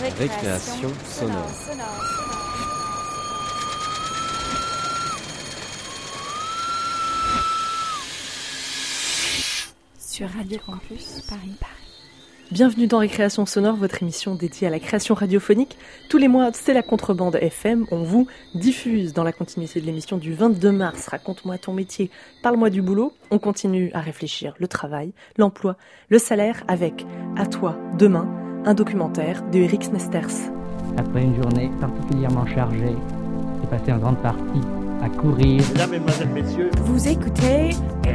Récréation sonore. Sur Radio Campus Paris. Bienvenue dans Récréation sonore, votre émission dédiée à la création radiophonique. Tous les mois, c'est la Contrebande FM. On vous diffuse dans la continuité de l'émission du 22 mars. Raconte-moi ton métier, parle-moi du boulot. On continue à réfléchir le travail, l'emploi, le salaire avec À toi, demain, un documentaire de Eric Smesters. Après une journée particulièrement chargée, j'ai passé en grande partie à courir. Mesdames, Mesdemoiselles, Messieurs, Vous écoutez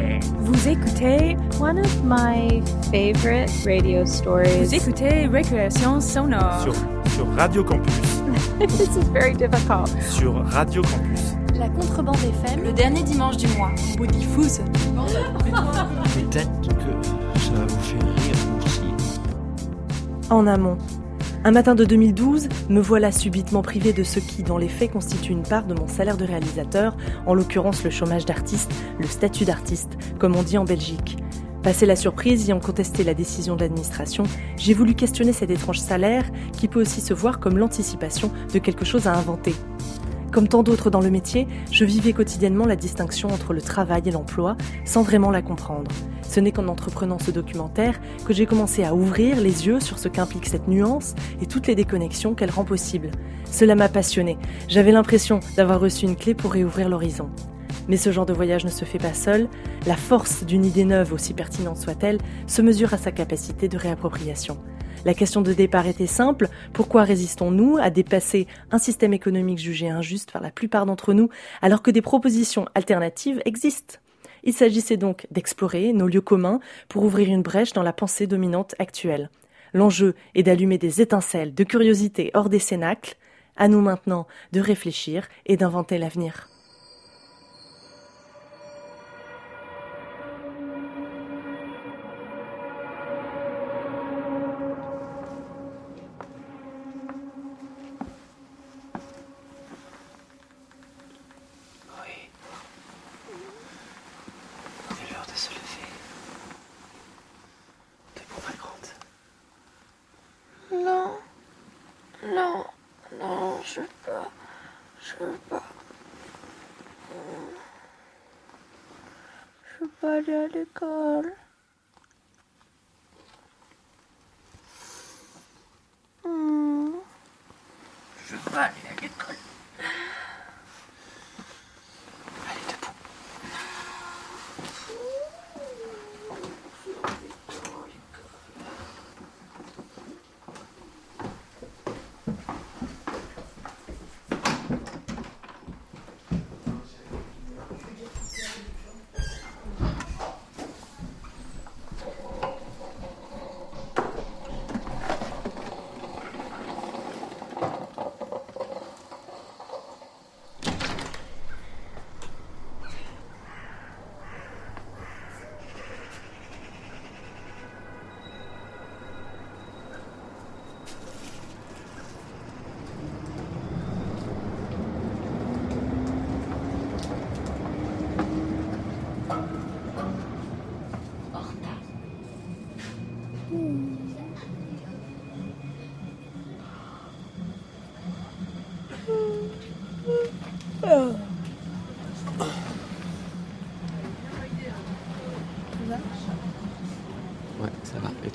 one of my favorite radio stories. Vous écoutez Récréation sonore. sur Radio Campus. This is very difficult. Sur Radio Campus. La Contrebande FM, le dernier dimanche du mois. On vous diffuse. Peut-être que ça va vous faire rire aussi. En amont. Un matin de 2012, me voilà subitement privé de ce qui, dans les faits, constitue une part de mon salaire de réalisateur, en l'occurrence le chômage d'artiste, le statut d'artiste, comme on dit en Belgique. Passé la surprise, ayant contesté la décision de l'administration, j'ai voulu questionner cet étrange salaire qui peut aussi se voir comme l'anticipation de quelque chose à inventer. Comme tant d'autres dans le métier, je vivais quotidiennement la distinction entre le travail et l'emploi, sans vraiment la comprendre. Ce n'est qu'en entreprenant ce documentaire que j'ai commencé à ouvrir les yeux sur ce qu'implique cette nuance et toutes les déconnexions qu'elle rend possible. Cela m'a passionnée. J'avais l'impression d'avoir reçu une clé pour réouvrir l'horizon. Mais ce genre de voyage ne se fait pas seul. La force d'une idée neuve, aussi pertinente soit-elle, se mesure à sa capacité de réappropriation. La question de départ était simple. Pourquoi résistons-nous à dépasser un système économique jugé injuste par la plupart d'entre nous, alors que des propositions alternatives existent ? Il s'agissait donc d'explorer nos lieux communs pour ouvrir une brèche dans la pensée dominante actuelle. L'enjeu est d'allumer des étincelles de curiosité hors des cénacles. À nous maintenant de réfléchir et d'inventer l'avenir. Non, je veux pas. Je veux pas aller à l'école. Je veux pas aller à l'école. Allez, debout. Ouais, ça va. Et toi ?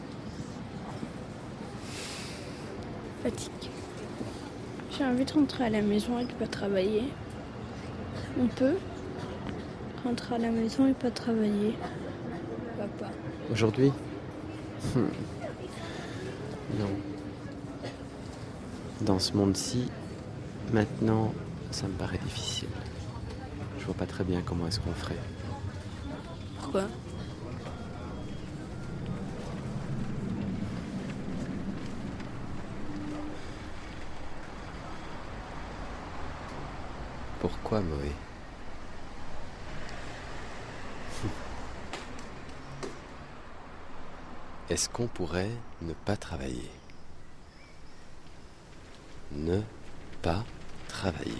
Fatigue. J'ai envie de rentrer à la maison et de pas travailler. On peut rentrer à la maison et pas travailler. Papa. Aujourd'hui ? Non. Dans ce monde-ci, maintenant, ça me paraît difficile. Je vois pas très bien comment est-ce qu'on ferait. Pourquoi ? Pourquoi, Moé ? Est-ce qu'on pourrait ne pas travailler ? Ne pas travailler.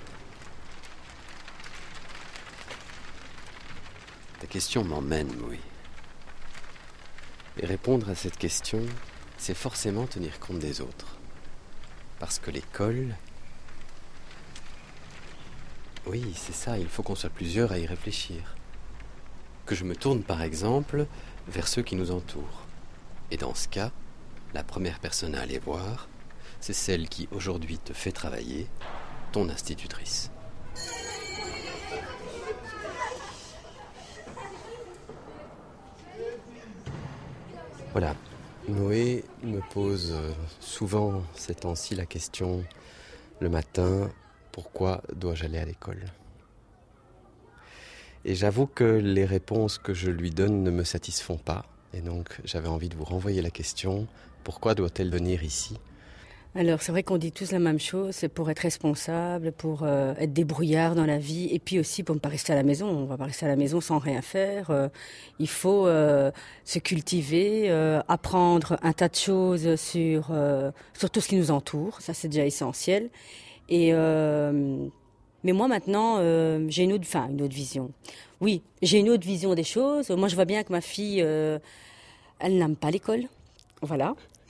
Ta question m'emmène, Moé. Et répondre à cette question, c'est forcément tenir compte des autres. Parce que l'école... Oui, c'est ça, il faut qu'on soit plusieurs à y réfléchir. Que je me tourne par exemple vers ceux qui nous entourent. Et dans ce cas, la première personne à aller voir, c'est celle qui aujourd'hui te fait travailler, ton institutrice. Voilà, Noé me pose souvent ces temps-ci la question, le matin, pourquoi dois-je aller à l'école ? Et j'avoue que les réponses que je lui donne ne me satisfont pas. Et donc j'avais envie de vous renvoyer la question, pourquoi doit-elle venir ici ? Alors c'est vrai qu'on dit tous la même chose, c'est pour être responsable, pour être débrouillard dans la vie et puis aussi pour ne pas rester à la maison. On ne va pas rester à la maison sans rien faire. Il faut se cultiver, apprendre un tas de choses sur tout ce qui nous entoure. Ça c'est déjà essentiel. Et mais moi maintenant j'ai une autre vision. Oui, j'ai une autre vision des choses. Moi je vois bien que ma fille, elle n'aime pas l'école. Voilà.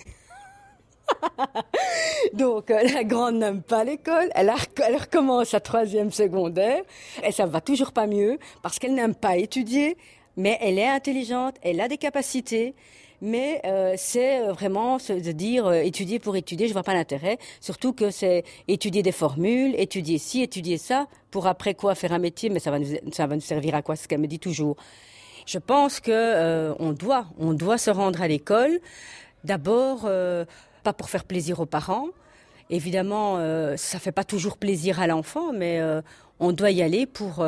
Donc la grande n'aime pas l'école, elle recommence sa 3e secondaire et ça va toujours pas mieux parce qu'elle n'aime pas étudier, mais elle est intelligente, elle a des capacités, mais c'est vraiment de dire étudier pour étudier, je vois pas l'intérêt, surtout que c'est étudier des formules, étudier ci, étudier ça, pour après quoi faire un métier, mais ça va nous servir à quoi, c'est ce qu'elle me dit toujours. Je pense que on doit se rendre à l'école, d'abord pas pour faire plaisir aux parents. Évidemment, ça fait pas toujours plaisir à l'enfant, mais on doit y aller pour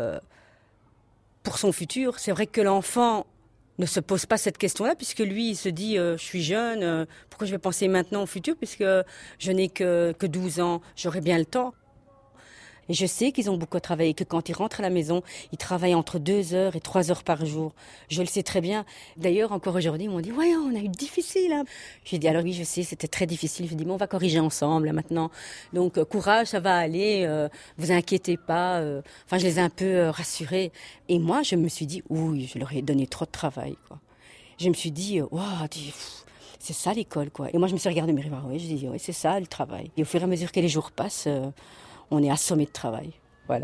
son futur. C'est vrai que l'enfant ne se pose pas cette question-là, puisque lui, il se dit je suis jeune, pourquoi je vais penser maintenant au futur, puisque je n'ai que 12 ans, j'aurai bien le temps. Et je sais qu'ils ont beaucoup travaillé, que quand ils rentrent à la maison, ils travaillent entre 2 heures et 3 heures par jour. Je le sais très bien. D'ailleurs, encore aujourd'hui, ils m'ont dit « Ouais, on a eu difficile. Hein. » J'ai dit « Alors oui, je sais, c'était très difficile. » Je dis « Mais on va corriger ensemble là, maintenant. Donc, courage, ça va aller. Vous inquiétez pas. » Enfin, je les ai un peu rassurés. Et moi, je me suis dit « Oui, je leur ai donné trop de travail. » quoi. Je me suis dit « Waouh, c'est ça l'école. » quoi. Et moi, je me suis regardée mes miroirs. Oui, je dis « Oui, c'est ça le travail. » Et au fur et à mesure que les jours passent... on est assommé de travail, voilà.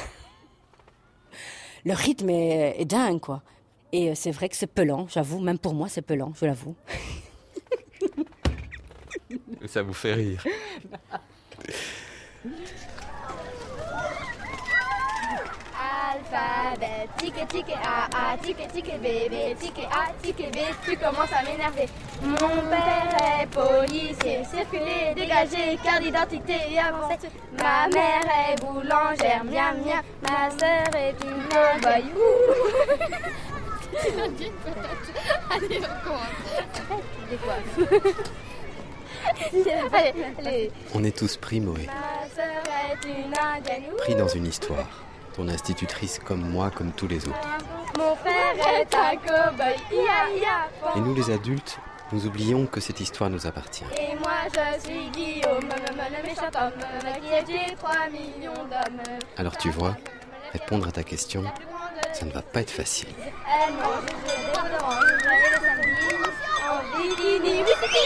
Le rythme est dingue, quoi. Et c'est vrai que c'est pelant, j'avoue. Même pour moi, c'est pelant, je l'avoue. Ça vous fait rire. Alphabet, tic tic A, tic tic bébé, tic A, tic B, tu commences à m'énerver. Mon père est policier, circuler, dégager, carte d'identité et avancer. Ma mère est boulangère, miam miam, ma sœur est une voyou. Allez, on commence. Allez. On est tous pris, Noé. Ma sœur est une indienne. Pris dans une histoire. Ton institutrice comme moi, comme tous les autres. Mon frère est un cow-boy. Et nous les adultes, nous oublions que cette histoire nous appartient. Et moi je suis Guillaume, le méchant homme qui a tué 3 millions d'hommes. Alors tu vois, répondre à ta question, ça ne va pas être facile. Elle mange des déodorants, le samedi, en bikini.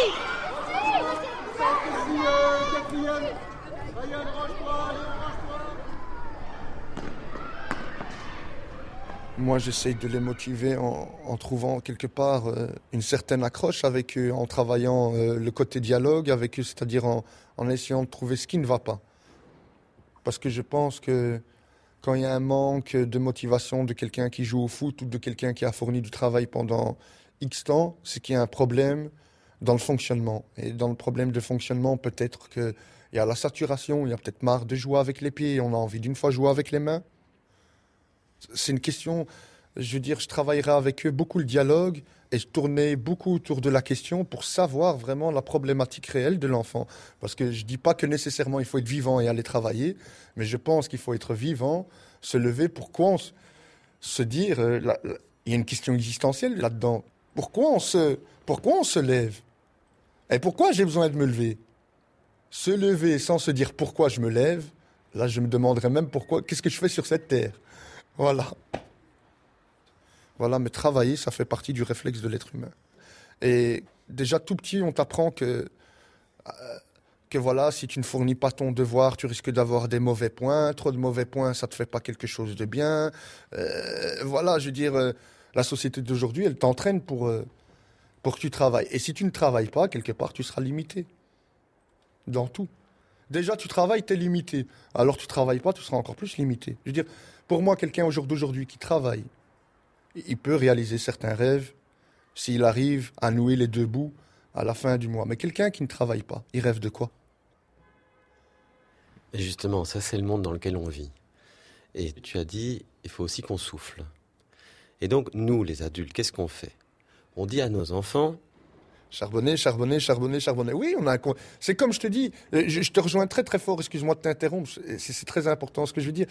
Moi, j'essaye de les motiver en trouvant quelque part une certaine accroche avec eux, en travaillant le côté dialogue avec eux, c'est-à-dire en essayant de trouver ce qui ne va pas. Parce que je pense que quand il y a un manque de motivation de quelqu'un qui joue au foot ou de quelqu'un qui a fourni du travail pendant X temps, c'est qu'il y a un problème dans le fonctionnement. Et dans le problème de fonctionnement, peut-être qu'il y a la saturation, il y a peut-être marre de jouer avec les pieds, on a envie d'une fois jouer avec les mains. C'est une question, je veux dire, je travaillerai avec eux beaucoup le dialogue et je tournais beaucoup autour de la question pour savoir vraiment la problématique réelle de l'enfant. Parce que je ne dis pas que nécessairement il faut être vivant et aller travailler, mais je pense qu'il faut être vivant, se lever. Pourquoi se dire, il y a une question existentielle là-dedans. Pourquoi on se lève? Et pourquoi j'ai besoin de me lever? Se lever sans se dire pourquoi je me lève, là je me demanderais même pourquoi, qu'est-ce que je fais sur cette terre? Voilà, mais travailler, ça fait partie du réflexe de l'être humain. Et déjà tout petit, on t'apprend que que voilà, si tu ne fournis pas ton devoir, tu risques d'avoir des mauvais points. Trop de mauvais points, ça ne te fait pas quelque chose de bien. Voilà, je veux dire, la société d'aujourd'hui, elle t'entraîne pour que tu travailles. Et si tu ne travailles pas, quelque part, tu seras limité. Dans tout. Déjà, tu travailles, tu es limité. Alors, tu ne travailles pas, tu seras encore plus limité. Je veux dire, pour moi, quelqu'un au jour d'aujourd'hui qui travaille, il peut réaliser certains rêves s'il arrive à nouer les deux bouts à la fin du mois. Mais quelqu'un qui ne travaille pas, il rêve de quoi? Et justement, ça c'est le monde dans lequel on vit. Et tu as dit, il faut aussi qu'on souffle. Et donc, nous, les adultes, qu'est-ce qu'on fait? On dit à nos enfants... Charbonner, charbonner, charbonner, charbonner. Oui, c'est comme je te dis, je te rejoins très très fort, excuse-moi de t'interrompre, c'est très important ce que je veux dire.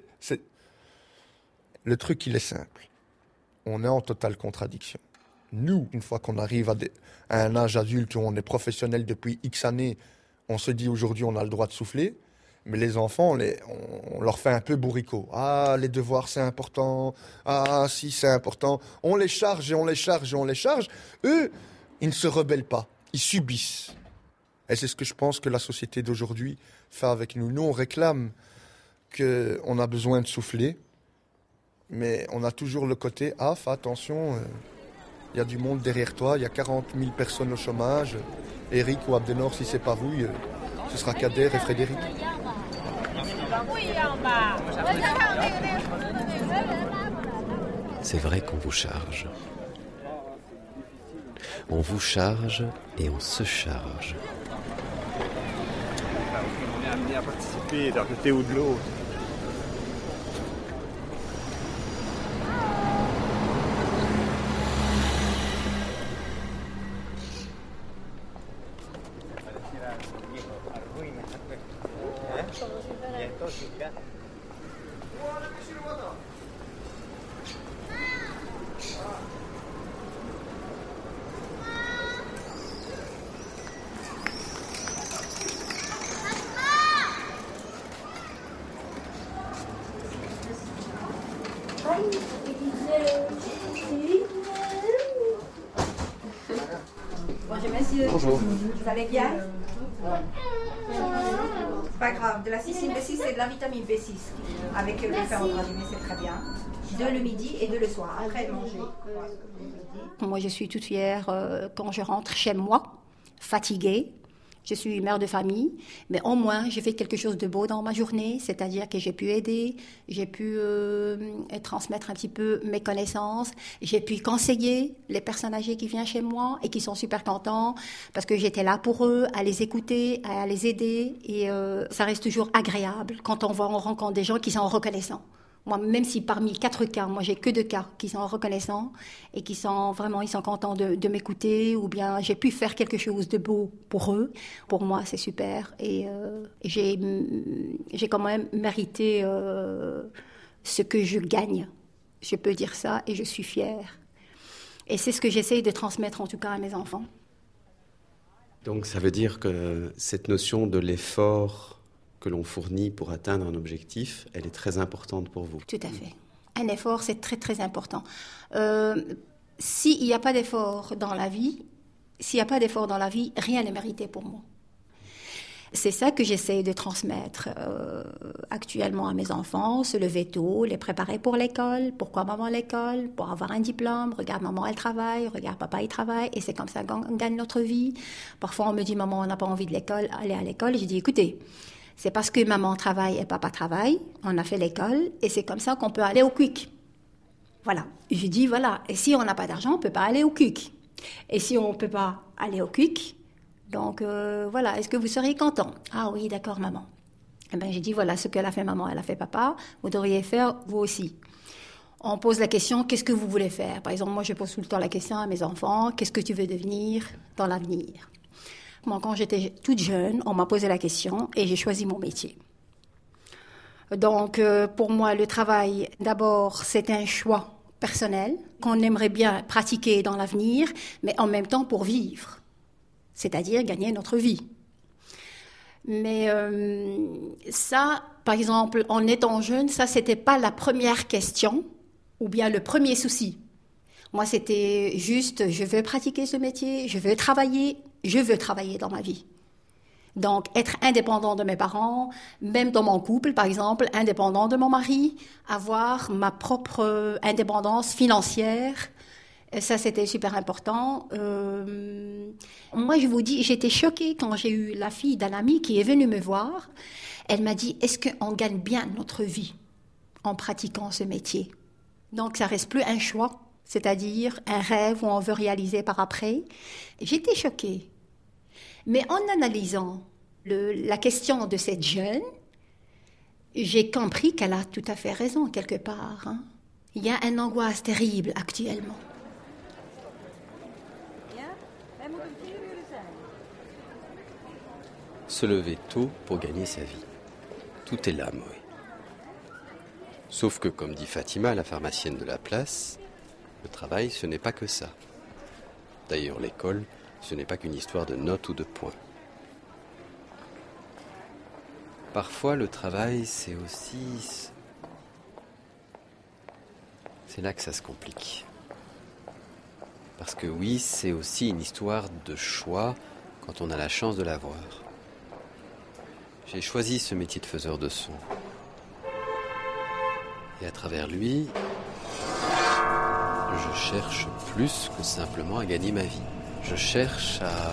Le truc, il est simple. On est en totale contradiction. Nous, une fois qu'on arrive à un âge adulte où on est professionnel depuis X années, on se dit aujourd'hui on a le droit de souffler, mais les enfants, on leur fait un peu bourricot. Ah, les devoirs c'est important, ah si c'est important. On les charge et on les charge et on les charge. Eux, ils ne se rebellent pas, ils subissent. Et c'est ce que je pense que la société d'aujourd'hui fait avec nous. Nous, on réclame qu'on a besoin de souffler, mais on a toujours le côté « Ah, fais attention, il y a du monde derrière toi, il y a 40 000 personnes au chômage. Eric ou Abdenor, si c'est pas vous, ce sera Kader et Frédéric. » C'est vrai qu'on vous charge. On vous charge et on se charge. On est amené à participer d'un côté ou de l'autre. Bonjour messieurs. Bonjour. Vous allez bien? C'est pas grave, de la cystine B6 c'est de la vitamine B6 avec le ferrograduné, c'est très bien. 2 le midi et 2 le soir, après de manger. Moi je suis toute fière quand je rentre chez moi, fatiguée. Je suis mère de famille, mais au moins j'ai fait quelque chose de beau dans ma journée, c'est-à-dire que j'ai pu aider, j'ai pu transmettre un petit peu mes connaissances, j'ai pu conseiller les personnes âgées qui viennent chez moi et qui sont super contents parce que j'étais là pour eux, à les écouter, à les aider et ça reste toujours agréable quand on rencontre des gens qui sont reconnaissants. Moi, même si parmi 4 cas, moi j'ai que 2 cas qui sont reconnaissants et qui sont vraiment, ils sont contents de m'écouter ou bien j'ai pu faire quelque chose de beau pour eux. Pour moi, c'est super et j'ai quand même mérité ce que je gagne. Je peux dire ça et je suis fière. Et c'est ce que j'essaye de transmettre en tout cas à mes enfants. Donc ça veut dire que cette notion de l'effort que l'on fournit pour atteindre un objectif, elle est très importante pour vous. Tout à fait. Un effort, c'est très, très important. S'il n'y a pas d'effort dans la vie, rien n'est mérité pour moi. C'est ça que j'essaie de transmettre actuellement à mes enfants, se lever tôt, les préparer pour l'école. Pourquoi maman à l'école? Pour avoir un diplôme. Regarde maman, elle travaille. Regarde papa, il travaille. Et c'est comme ça qu'on gagne notre vie. Parfois, on me dit, maman, on n'a pas envie de l'école, aller à l'école. Je dis, écoutez, c'est parce que maman travaille et papa travaille, on a fait l'école, et c'est comme ça qu'on peut aller au Quick. Voilà. Je dis, voilà, et si on n'a pas d'argent, on ne peut pas aller au Quick. Et si on ne peut pas aller au Quick, donc voilà, est-ce que vous seriez content? Ah oui, d'accord, maman. Eh bien, j'ai dit, voilà, ce qu'elle a fait maman, elle a fait papa, vous devriez faire vous aussi. On pose la question, qu'est-ce que vous voulez faire? Par exemple, moi, je pose tout le temps la question à mes enfants, qu'est-ce que tu veux devenir dans l'avenir? Moi, quand j'étais toute jeune, on m'a posé la question et j'ai choisi mon métier. Donc, pour moi, le travail, d'abord, c'est un choix personnel qu'on aimerait bien pratiquer dans l'avenir, mais en même temps pour vivre, c'est-à-dire gagner notre vie. Mais ça, par exemple, en étant jeune, ça, c'était pas la première question ou bien le premier souci. Moi, c'était juste, je veux pratiquer ce métier, je veux travailler dans ma vie. Donc, être indépendant de mes parents, même dans mon couple, par exemple, indépendant de mon mari, avoir ma propre indépendance financière, ça, c'était super important. Moi, je vous dis, j'étais choquée quand j'ai eu la fille d'un ami qui est venue me voir. Elle m'a dit, est-ce qu'on gagne bien notre vie en pratiquant ce métier? Donc, ça reste plus un choix, c'est-à-dire un rêve où on veut réaliser par après. J'étais choquée. Mais en analysant la question de cette jeune, j'ai compris qu'elle a tout à fait raison quelque part. Hein. Il y a une angoisse terrible actuellement. Se lever tôt pour gagner sa vie. Tout est là, Moé. Sauf que, comme dit Fatima, la pharmacienne de la place, le travail, ce n'est pas que ça. D'ailleurs, l'école, ce n'est pas qu'une histoire de notes ou de points. Parfois, le travail, c'est aussi... C'est là que ça se complique. Parce que oui, c'est aussi une histoire de choix quand on a la chance de l'avoir. J'ai choisi ce métier de faiseur de son. Et à travers lui, je cherche plus que simplement à gagner ma vie. Je cherche à...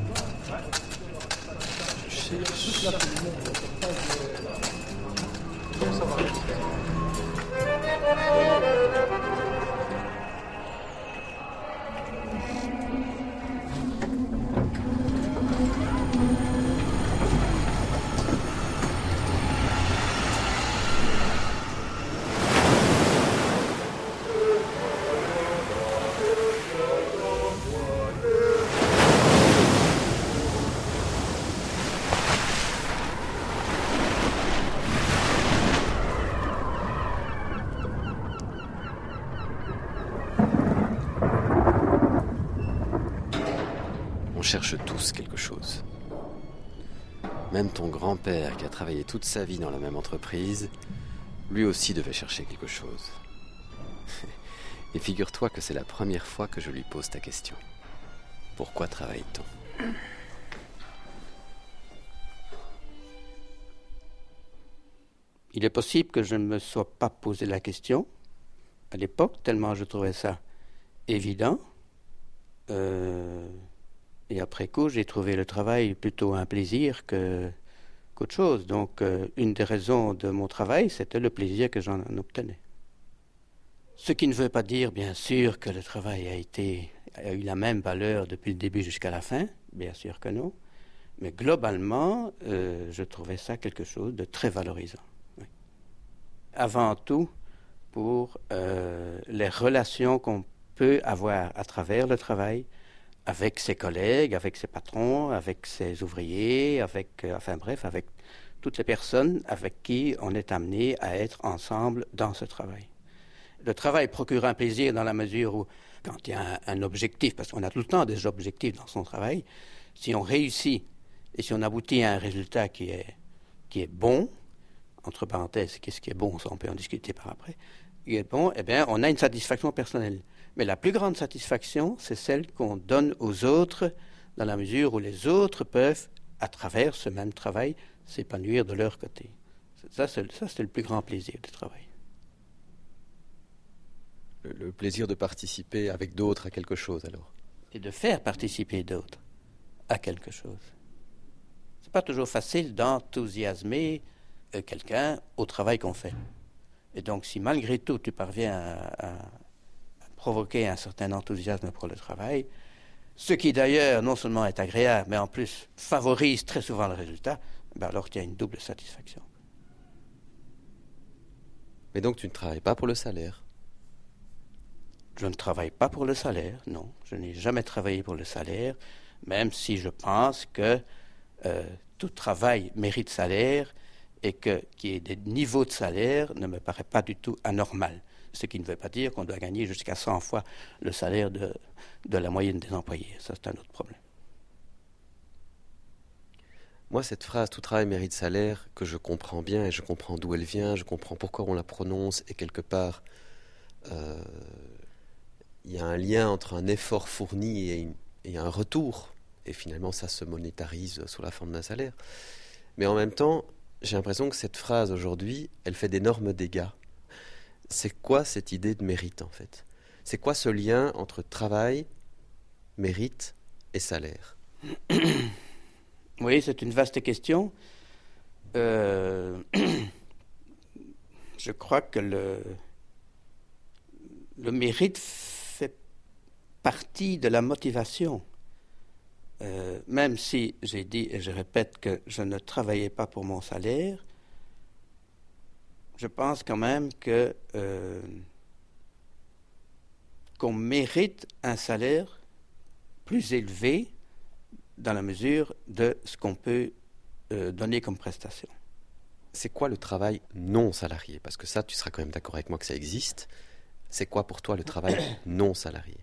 On cherche tous quelque chose. Même ton grand-père, qui a travaillé toute sa vie dans la même entreprise, lui aussi devait chercher quelque chose. Et figure-toi que c'est la première fois que je lui pose ta question. Pourquoi travaille-t-on ? Il est possible que je ne me sois pas posé la question à l'époque, tellement je trouvais ça évident. Et après coup, j'ai trouvé le travail plutôt un plaisir qu'autre chose. Donc, une des raisons de mon travail, c'était le plaisir que j'en obtenais. Ce qui ne veut pas dire, bien sûr, que le travail a eu la même valeur depuis le début jusqu'à la fin. Bien sûr que non. Mais globalement, je trouvais ça quelque chose de très valorisant. Oui. Avant tout, pour les relations qu'on peut avoir à travers le travail, avec ses collègues, avec ses patrons, avec ses ouvriers, avec toutes les personnes avec qui on est amené à être ensemble dans ce travail. Le travail procure un plaisir dans la mesure où, quand il y a un objectif, parce qu'on a tout le temps des objectifs dans son travail, si on réussit et si on aboutit à un résultat qui est bon, entre parenthèses, qu'est-ce qui est bon, ça on peut en discuter par après, qui est bon, eh bien, on a une satisfaction personnelle. Mais la plus grande satisfaction, c'est celle qu'on donne aux autres, dans la mesure où les autres peuvent, à travers ce même travail, s'épanouir de leur côté. Ça, c'est le plus grand plaisir du travail. Le plaisir de participer avec d'autres à quelque chose, alors. Et de faire participer d'autres à quelque chose. C'est pas toujours facile d'enthousiasmer quelqu'un au travail qu'on fait. Et donc, si malgré tout, tu parviens à provoquer un certain enthousiasme pour le travail, ce qui d'ailleurs non seulement est agréable, mais en plus favorise très souvent le résultat, ben alors il y a une double satisfaction. Mais donc tu ne travailles pas pour le salaire ? Je ne travaille pas pour le salaire, non. Je n'ai jamais travaillé pour le salaire, même si je pense que tout travail mérite salaire et qu'il y ait des niveaux de salaire ne me paraît pas du tout anormal. Ce qui ne veut pas dire qu'on doit gagner jusqu'à 100 fois le salaire de la moyenne des employés. Ça, c'est un autre problème. Moi, cette phrase « tout travail mérite salaire », que je comprends bien et je comprends d'où elle vient, je comprends pourquoi on la prononce et quelque part, il y a un lien entre un effort fourni et un retour et finalement ça se monétarise sous la forme d'un salaire. Mais en même temps, j'ai l'impression que cette phrase aujourd'hui, elle fait d'énormes dégâts. C'est quoi cette idée de mérite en fait? C'est quoi ce lien entre travail, mérite et salaire? Oui, c'est une vaste question. Je crois que le mérite fait partie de la motivation. Même si j'ai dit, et je répète, que je ne travaillais pas pour mon salaire, je pense quand même que qu'on mérite un salaire plus élevé dans la mesure de ce qu'on peut donner comme prestation. C'est quoi le travail non salarié? Parce que ça, tu seras quand même d'accord avec moi que ça existe. C'est quoi pour toi le travail non salarié?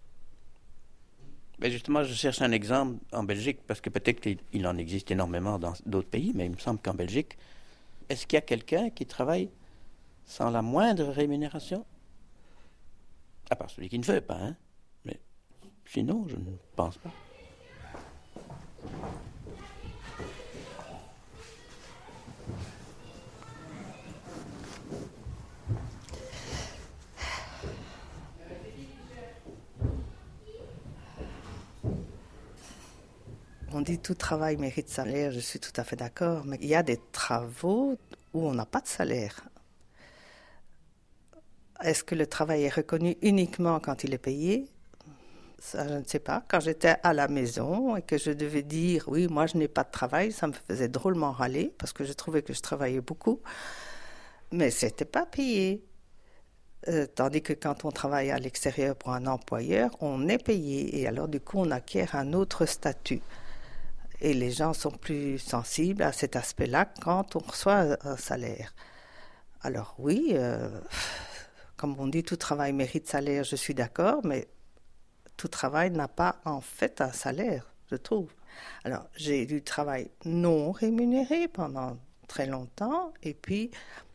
Ben justement, je cherche un exemple en Belgique, parce que peut-être qu'il en existe énormément dans d'autres pays, mais il me semble qu'en Belgique, est-ce qu'il y a quelqu'un qui travaille sans la moindre rémunération? À part celui qui ne veut pas, hein? Mais sinon, je ne pense pas. On dit tout travail mérite salaire, je suis tout à fait d'accord, mais il y a des travaux où on n'a pas de salaire. Est-ce que le travail est reconnu uniquement quand il est payé? Ça, je ne sais pas. Quand j'étais à la maison et que je devais dire « oui, moi je n'ai pas de travail », ça me faisait drôlement râler parce que je trouvais que je travaillais beaucoup, mais ce n'était pas payé. Tandis que quand on travaille à l'extérieur pour un employeur, on est payé et alors du coup on acquiert un autre statut. Et les gens sont plus sensibles à cet aspect-là quand on reçoit un salaire. Alors oui, comme on dit, tout travail mérite salaire, je suis d'accord, mais tout travail n'a pas en fait un salaire, je trouve. Alors j'ai du travail non rémunéré pendant très longtemps, et puis,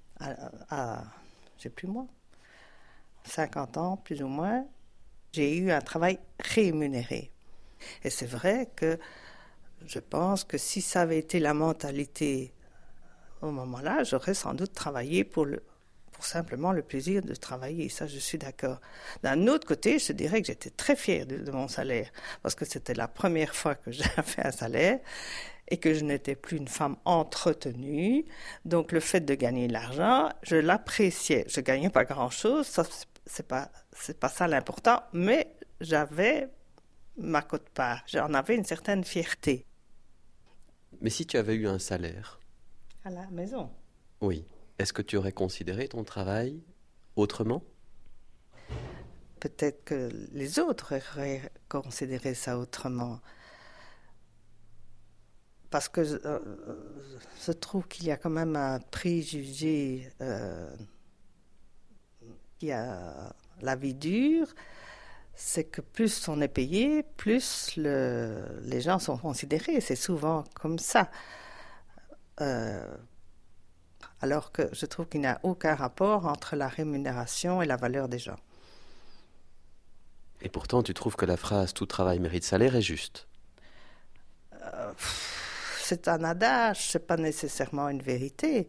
j'ai plus moi, 50 ans plus ou moins, j'ai eu un travail rémunéré. Et c'est vrai que je pense que si ça avait été la mentalité au moment-là, j'aurais sans doute travaillé pour simplement le plaisir de travailler. Ça, je suis d'accord. D'un autre côté, je dirais que j'étais très fière de mon salaire, parce que c'était la première fois que j'avais un salaire et que je n'étais plus une femme entretenue. Donc, le fait de gagner de l'argent, je l'appréciais. Je gagnais pas grand-chose, ça, c'est pas ça l'important, mais j'avais ma quote-part. J'en avais une certaine fierté. Mais si tu avais eu un salaire? À la maison? Oui. Est-ce que tu aurais considéré ton travail autrement? Peut-être que les autres auraient considéré ça autrement. Parce que je trouve qu'il y a quand même un préjugé. Il y a la vie dure. C'est que plus on est payé, plus les gens sont considérés. C'est souvent comme ça. Alors que je trouve qu'il n'y a aucun rapport entre la rémunération et la valeur des gens. Et pourtant, tu trouves que la phrase « tout travail mérite salaire » est juste? C'est un adage, ce n'est pas nécessairement une vérité.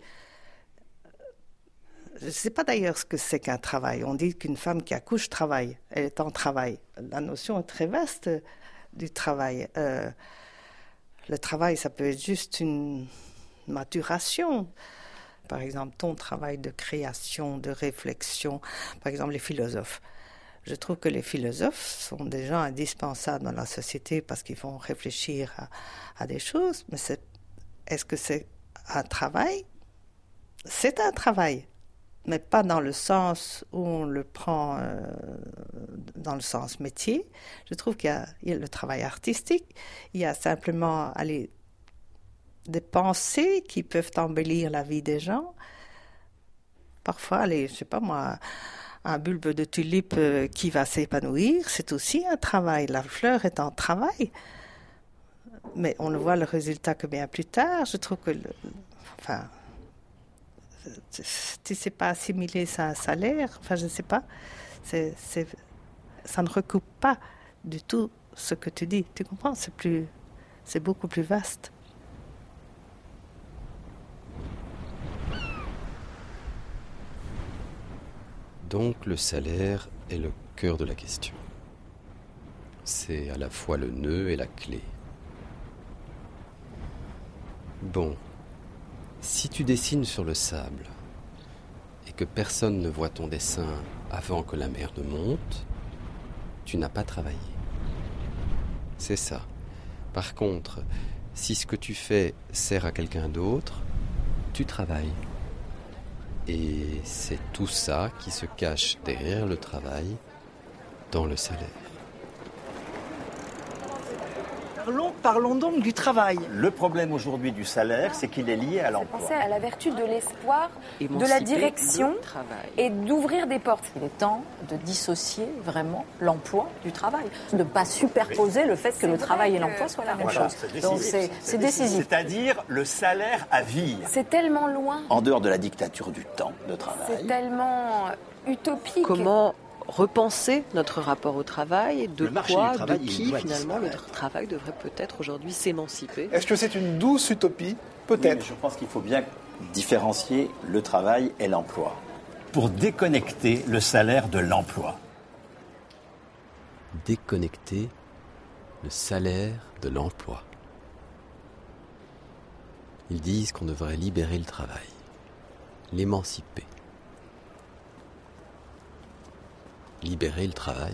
Je ne sais pas d'ailleurs ce que c'est qu'un travail. On dit qu'une femme qui accouche travaille, elle est en travail. La notion est très vaste du travail. Le travail, ça peut être juste une maturation. Par exemple, ton travail de création, de réflexion. Par exemple, les philosophes. Je trouve que les philosophes sont des gens indispensables dans la société parce qu'ils vont réfléchir à des choses. Mais est-ce que c'est un travail? C'est un travail, mais pas dans le sens où on le prend dans le sens métier. Je trouve qu'il y a le travail artistique, il y a simplement des pensées qui peuvent embellir la vie des gens. Parfois, je sais pas moi, un bulbe de tulipe qui va s'épanouir, c'est aussi un travail. La fleur est en travail, mais on ne voit le résultat que bien plus tard. Je trouve que, tu sais pas assimiler ça à un salaire, je ne sais pas. Ça ne recoupe pas du tout ce que tu dis. Tu comprends? C'est beaucoup plus vaste. Donc le salaire est le cœur de la question. C'est à la fois le nœud et la clé. Bon, si tu dessines sur le sable et que personne ne voit ton dessin avant que la mer ne monte, tu n'as pas travaillé. C'est ça. Par contre, si ce que tu fais sert à quelqu'un d'autre, tu travailles. Et c'est tout ça qui se cache derrière le travail, dans le salaire. Parlons donc du travail. Le problème aujourd'hui du salaire, c'est qu'il est lié à l'emploi. Penser à la vertu de l'espoir, de la direction et d'ouvrir des portes. Il est temps de dissocier vraiment l'emploi du travail, de ne pas superposer le fait que le travail et l'emploi soient la même chose. Donc c'est décisif. C'est-à-dire le salaire à vie. C'est tellement loin. En dehors de la dictature du temps de travail. C'est tellement utopique. Comment repenser notre rapport au travail, de quoi, de qui finalement notre travail devrait peut-être aujourd'hui s'émanciper. Est-ce que c'est une douce utopie? Peut-être. Oui, je pense qu'il faut bien différencier le travail et l'emploi pour déconnecter le salaire de l'emploi. Déconnecter le salaire de l'emploi. Ils disent qu'on devrait libérer le travail, l'émanciper. Libérer le travail.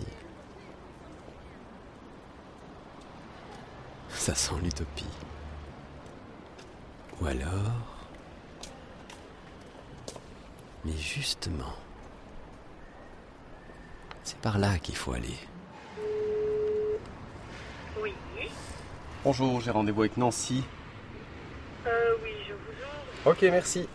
Ça sent l'utopie. Ou alors... Mais justement, c'est par là qu'il faut aller. Oui. Bonjour, j'ai rendez-vous avec Nancy. Oui, je vous ouvre. Ok, merci.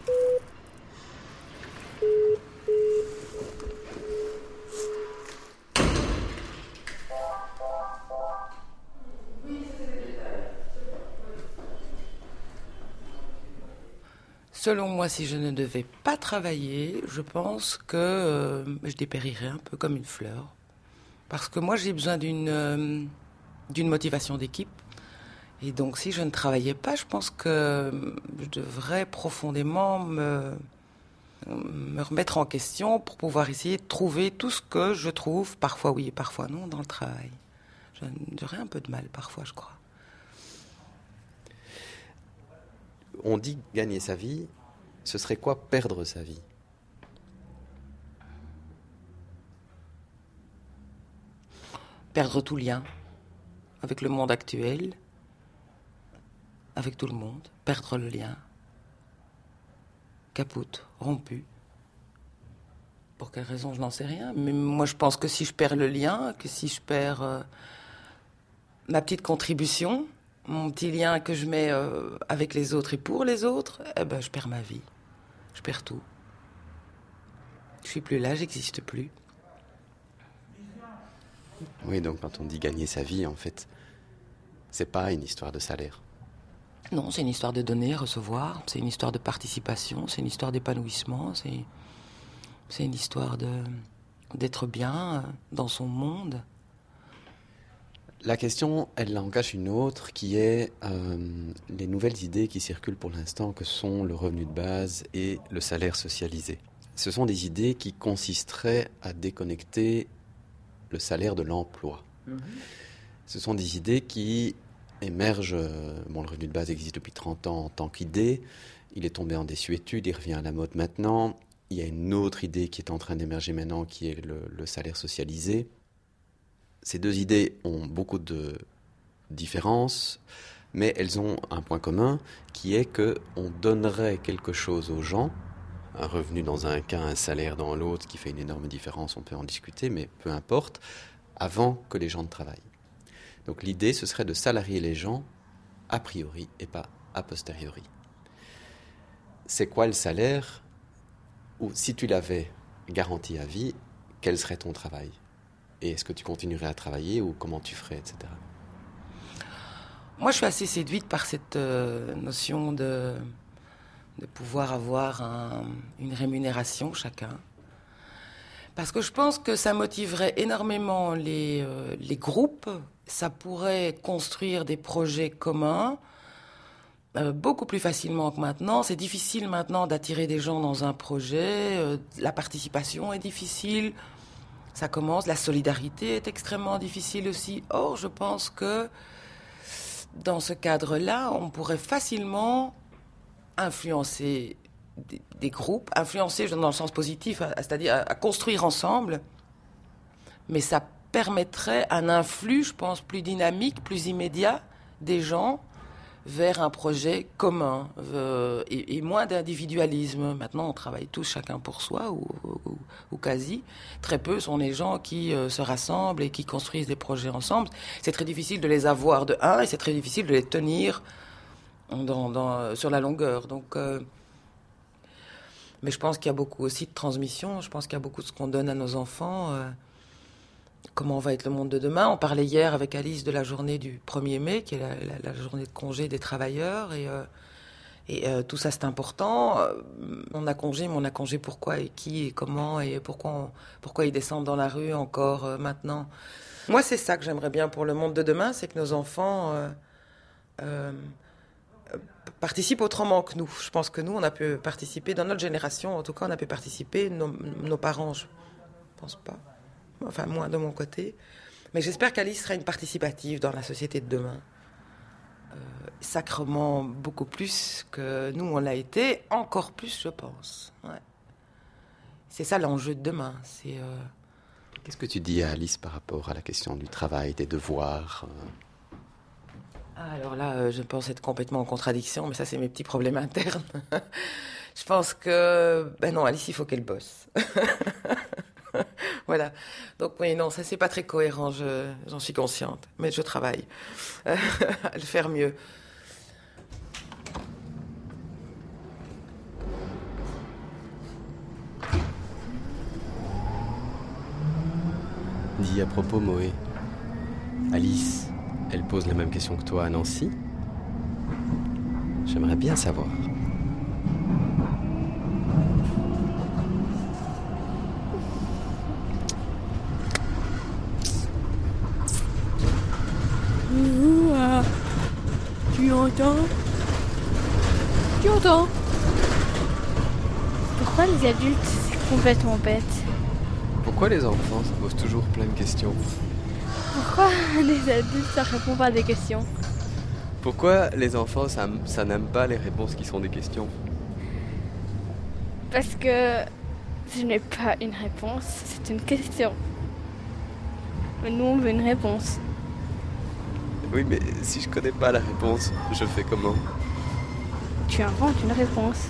Selon moi, si je ne devais pas travailler, je pense que je dépérirais un peu comme une fleur. Parce que moi, j'ai besoin d'une motivation d'équipe. Et donc, si je ne travaillais pas, je pense que je devrais profondément me remettre en question pour pouvoir essayer de trouver tout ce que je trouve, parfois oui et parfois non, dans le travail. J'aurais un peu de mal parfois, je crois. On dit gagner sa vie, ce serait quoi perdre sa vie? Perdre tout lien avec le monde actuel, avec tout le monde. Perdre le lien. Capote, rompu. Pour quelle raison, je n'en sais rien. Mais moi, je pense que si je perds le lien, que si je perds ma petite contribution, mon petit lien que je mets avec les autres et pour les autres, eh ben, je perds ma vie. Je perds tout. Je suis plus là, j'existe plus. Oui, donc quand on dit gagner sa vie, en fait, c'est pas une histoire de salaire. Non, c'est une histoire de donner, recevoir. C'est une histoire de participation. C'est une histoire d'épanouissement. C'est une histoire d'être bien dans son monde. La question, elle en cache une autre, qui est les nouvelles idées qui circulent pour l'instant, que sont le revenu de base et le salaire socialisé. Ce sont des idées qui consisteraient à déconnecter le salaire de l'emploi. Ce sont des idées qui émergent... Bon, le revenu de base existe depuis 30 ans en tant qu'idée. Il est tombé en désuétude, il revient à la mode maintenant. Il y a une autre idée qui est en train d'émerger maintenant, qui est le salaire socialisé. Ces deux idées ont beaucoup de différences, mais elles ont un point commun, qui est qu'on donnerait quelque chose aux gens, un revenu dans un cas, un salaire dans l'autre, qui fait une énorme différence, on peut en discuter, mais peu importe, avant que les gens ne travaillent. Donc l'idée, ce serait de salarier les gens a priori et pas a posteriori. C'est quoi le salaire? Ou si tu l'avais garanti à vie, quel serait ton travail? Et est-ce que tu continuerais à travailler ou comment tu ferais, etc. Moi, je suis assez séduite par cette notion de pouvoir avoir une rémunération chacun. Parce que je pense que ça motiverait énormément les groupes ça pourrait construire des projets communs beaucoup plus facilement que maintenant. C'est difficile maintenant d'attirer des gens dans un projet. La participation est difficile. Ça commence. La solidarité est extrêmement difficile aussi. Or, je pense que dans ce cadre-là, on pourrait facilement influencer des groupes, influencer dans le sens positif, c'est-à-dire à construire ensemble. Mais ça permettrait un influx, je pense, plus dynamique, plus immédiat des gens vers un projet commun et moins d'individualisme. Maintenant, on travaille tous chacun pour soi ou quasi. Très peu sont les gens qui se rassemblent et qui construisent des projets ensemble. C'est très difficile de les avoir de un et c'est très difficile de les tenir sur la longueur. Donc, mais je pense qu'il y a beaucoup aussi de transmission. Je pense qu'il y a beaucoup de ce qu'on donne à nos enfants. Comment va être le monde de demain. On parlait hier avec Alice de la journée du 1er mai, qui est la journée de congé des travailleurs. Et tout ça, c'est important. On a congé, mais on a congé pourquoi et qui et comment et pourquoi ils descendent dans la rue encore maintenant. Moi, c'est ça que j'aimerais bien pour le monde de demain, c'est que nos enfants participent autrement que nous. Je pense que nous, on a pu participer, dans notre génération, en tout cas, on a pu participer, nos parents, je pense pas. Enfin, moins de mon côté. Mais j'espère qu'Alice sera une participative dans la société de demain. Sacrement beaucoup plus que nous, on l'a été. Encore plus, je pense. Ouais. C'est ça l'enjeu de demain. Qu'est-ce que tu dis à Alice par rapport à la question du travail, des devoirs Alors là, je pense être complètement en contradiction, mais ça, c'est mes petits problèmes internes. Je pense que... non, Alice, il faut qu'elle bosse. Voilà. Donc oui, non, ça c'est pas très cohérent, j'en suis consciente. Mais je travaille à le faire mieux. Dis à propos, Moé, Alice, elle pose la même question que toi à Nancy. J'aimerais bien savoir. Tu entends? Tu entends? Pourquoi les adultes, c'est complètement bête? Pourquoi les enfants se posent toujours plein de questions? Pourquoi les adultes, ça répond pas à des questions? Pourquoi les enfants, ça n'aime pas les réponses qui sont des questions? Parce que ce n'est pas une réponse, c'est une question. Mais nous, on veut une réponse. Oui, mais si je connais pas la réponse, je fais comment? Tu inventes une réponse.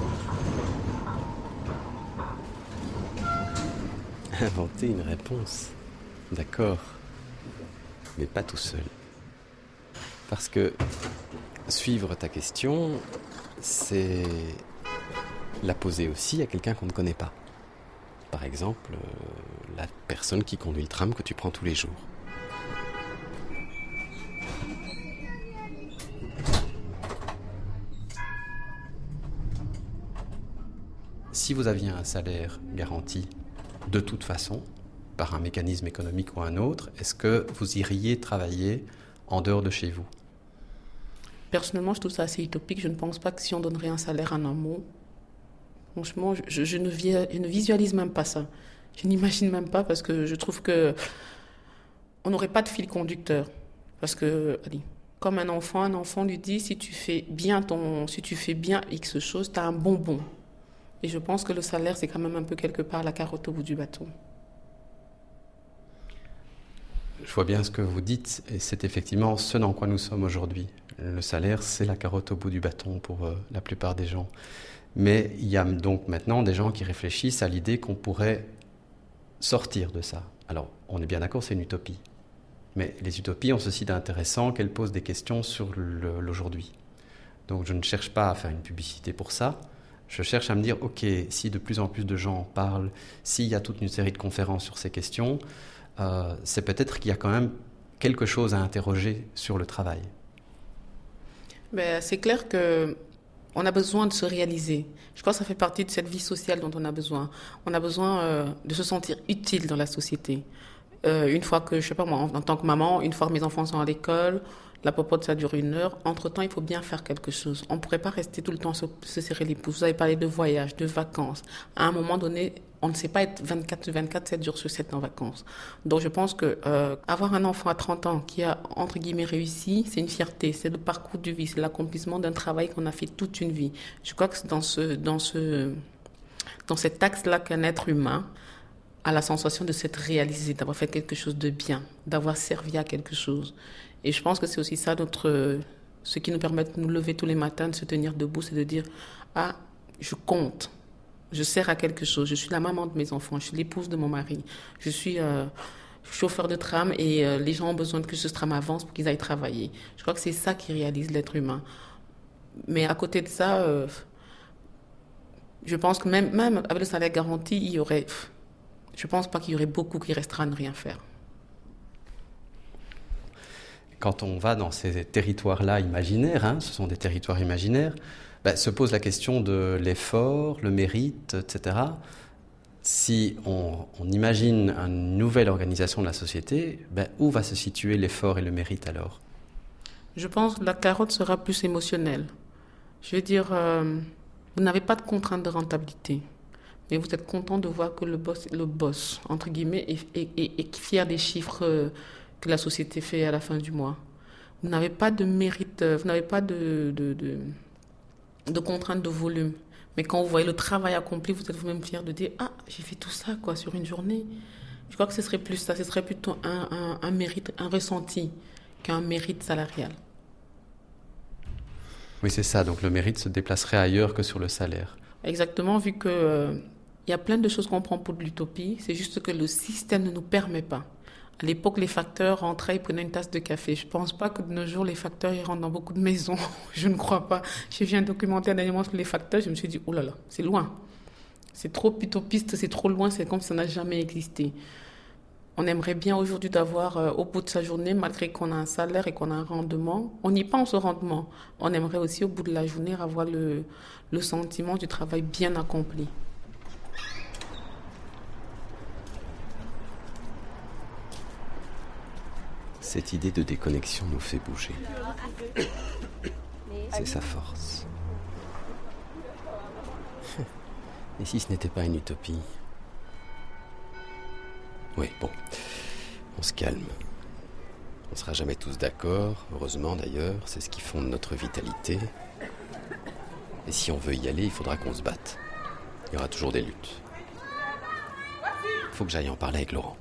Inventer une réponse. D'accord. Mais pas tout seul. Parce que suivre ta question, c'est la poser aussi à quelqu'un qu'on ne connaît pas. Par exemple, la personne qui conduit le tram que tu prends tous les jours. Si vous aviez un salaire garanti, de toute façon, par un mécanisme économique ou un autre, est-ce que vous iriez travailler en dehors de chez vous? Personnellement, je trouve ça assez utopique. Je ne pense pas que si on donnerait un salaire en amont, franchement, je ne visualise même pas ça. Je n'imagine même pas parce que je trouve que on n'aurait pas de fil conducteur. Parce que, allez, comme un enfant lui dit, si tu fais bien X chose, tu as un bonbon. Et je pense que le salaire, c'est quand même un peu quelque part la carotte au bout du bâton. Je vois bien ce que vous dites, et c'est effectivement ce dans quoi nous sommes aujourd'hui. Le salaire, c'est la carotte au bout du bâton pour la plupart des gens. Mais il y a donc maintenant des gens qui réfléchissent à l'idée qu'on pourrait sortir de ça. Alors, on est bien d'accord, c'est une utopie. Mais les utopies ont ceci d'intéressant qu'elles posent des questions sur l'aujourd'hui. Donc je ne cherche pas à faire une publicité pour ça. Je cherche à me dire, ok, si de plus en plus de gens en parlent, s'il y a toute une série de conférences sur ces questions, c'est peut-être qu'il y a quand même quelque chose à interroger sur le travail. Ben, c'est clair qu'on a besoin de se réaliser. Je pense que ça fait partie de cette vie sociale dont on a besoin. On a besoin de se sentir utile dans la société. Une fois que, je sais pas moi, en tant que maman, une fois que mes enfants sont à l'école, la popote, ça dure 1 heure. Entre-temps, il faut bien faire quelque chose. On ne pourrait pas rester tout le temps se serrer les pouces. Vous avez parlé de voyage, de vacances. À un moment donné, on ne sait pas être 24 sur 24, 7 jours sur 7 en vacances. Donc, je pense que avoir un enfant à 30 ans qui a, entre guillemets, réussi, c'est une fierté. C'est le parcours de vie, c'est l'accomplissement d'un travail qu'on a fait toute une vie. Je crois que c'est dans cet axe-là qu'un être humain a la sensation de s'être réalisé, d'avoir fait quelque chose de bien, d'avoir servi à quelque chose. Et je pense que c'est aussi ça ce qui nous permet de nous lever tous les matins, de se tenir debout, c'est de dire « Ah, je compte, je sers à quelque chose, je suis la maman de mes enfants, je suis l'épouse de mon mari, je suis chauffeur de tram et les gens ont besoin que ce tram avance pour qu'ils aillent travailler. » Je crois que c'est ça qui réalise l'être humain. Mais à côté de ça, je pense que même avec le salaire garanti, je ne pense pas qu'il y aurait beaucoup qui restera à ne rien faire. Quand on va dans ces territoires-là imaginaires, ce sont des territoires imaginaires, se pose la question de l'effort, le mérite, etc. Si on imagine une nouvelle organisation de la société, où va se situer l'effort et le mérite alors ? Je pense que la carotte sera plus émotionnelle. Je veux dire, vous n'avez pas de contrainte de rentabilité, mais vous êtes content de voir que le boss entre guillemets, est fier des chiffres que la société fait à la fin du mois. Vous n'avez pas de mérite, vous n'avez pas de contrainte de volume. Mais quand vous voyez le travail accompli, vous êtes vous-même fier de dire « Ah, j'ai fait tout ça sur une journée ». Je crois que ce serait plus ça, ce serait plutôt un mérite, un ressenti qu'un mérite salarial. Oui, c'est ça. Donc le mérite se déplacerait ailleurs que sur le salaire. Exactement, vu que il y a plein de choses qu'on prend pour de l'utopie. C'est juste que le système ne nous permet pas. À l'époque, les facteurs rentraient, ils prenaient une tasse de café. Je ne pense pas que de nos jours, les facteurs ils rentrent dans beaucoup de maisons. Je ne crois pas. J'ai vu un documentaire dernièrement sur les facteurs. Je me suis dit, oh là là, c'est loin. C'est trop utopiste, c'est trop loin. C'est comme si ça n'a jamais existé. On aimerait bien aujourd'hui d'avoir, au bout de sa journée, malgré qu'on a un salaire et qu'on a un rendement, on n'y pense au rendement. On aimerait aussi, au bout de la journée, avoir le sentiment du travail bien accompli. Cette idée de déconnexion nous fait bouger. C'est sa force. Et si ce n'était pas une utopie ? Oui, bon, on se calme. On ne sera jamais tous d'accord, heureusement d'ailleurs, c'est ce qui fonde notre vitalité. Et si on veut y aller, il faudra qu'on se batte. Il y aura toujours des luttes. Il faut que j'aille en parler avec Laurent.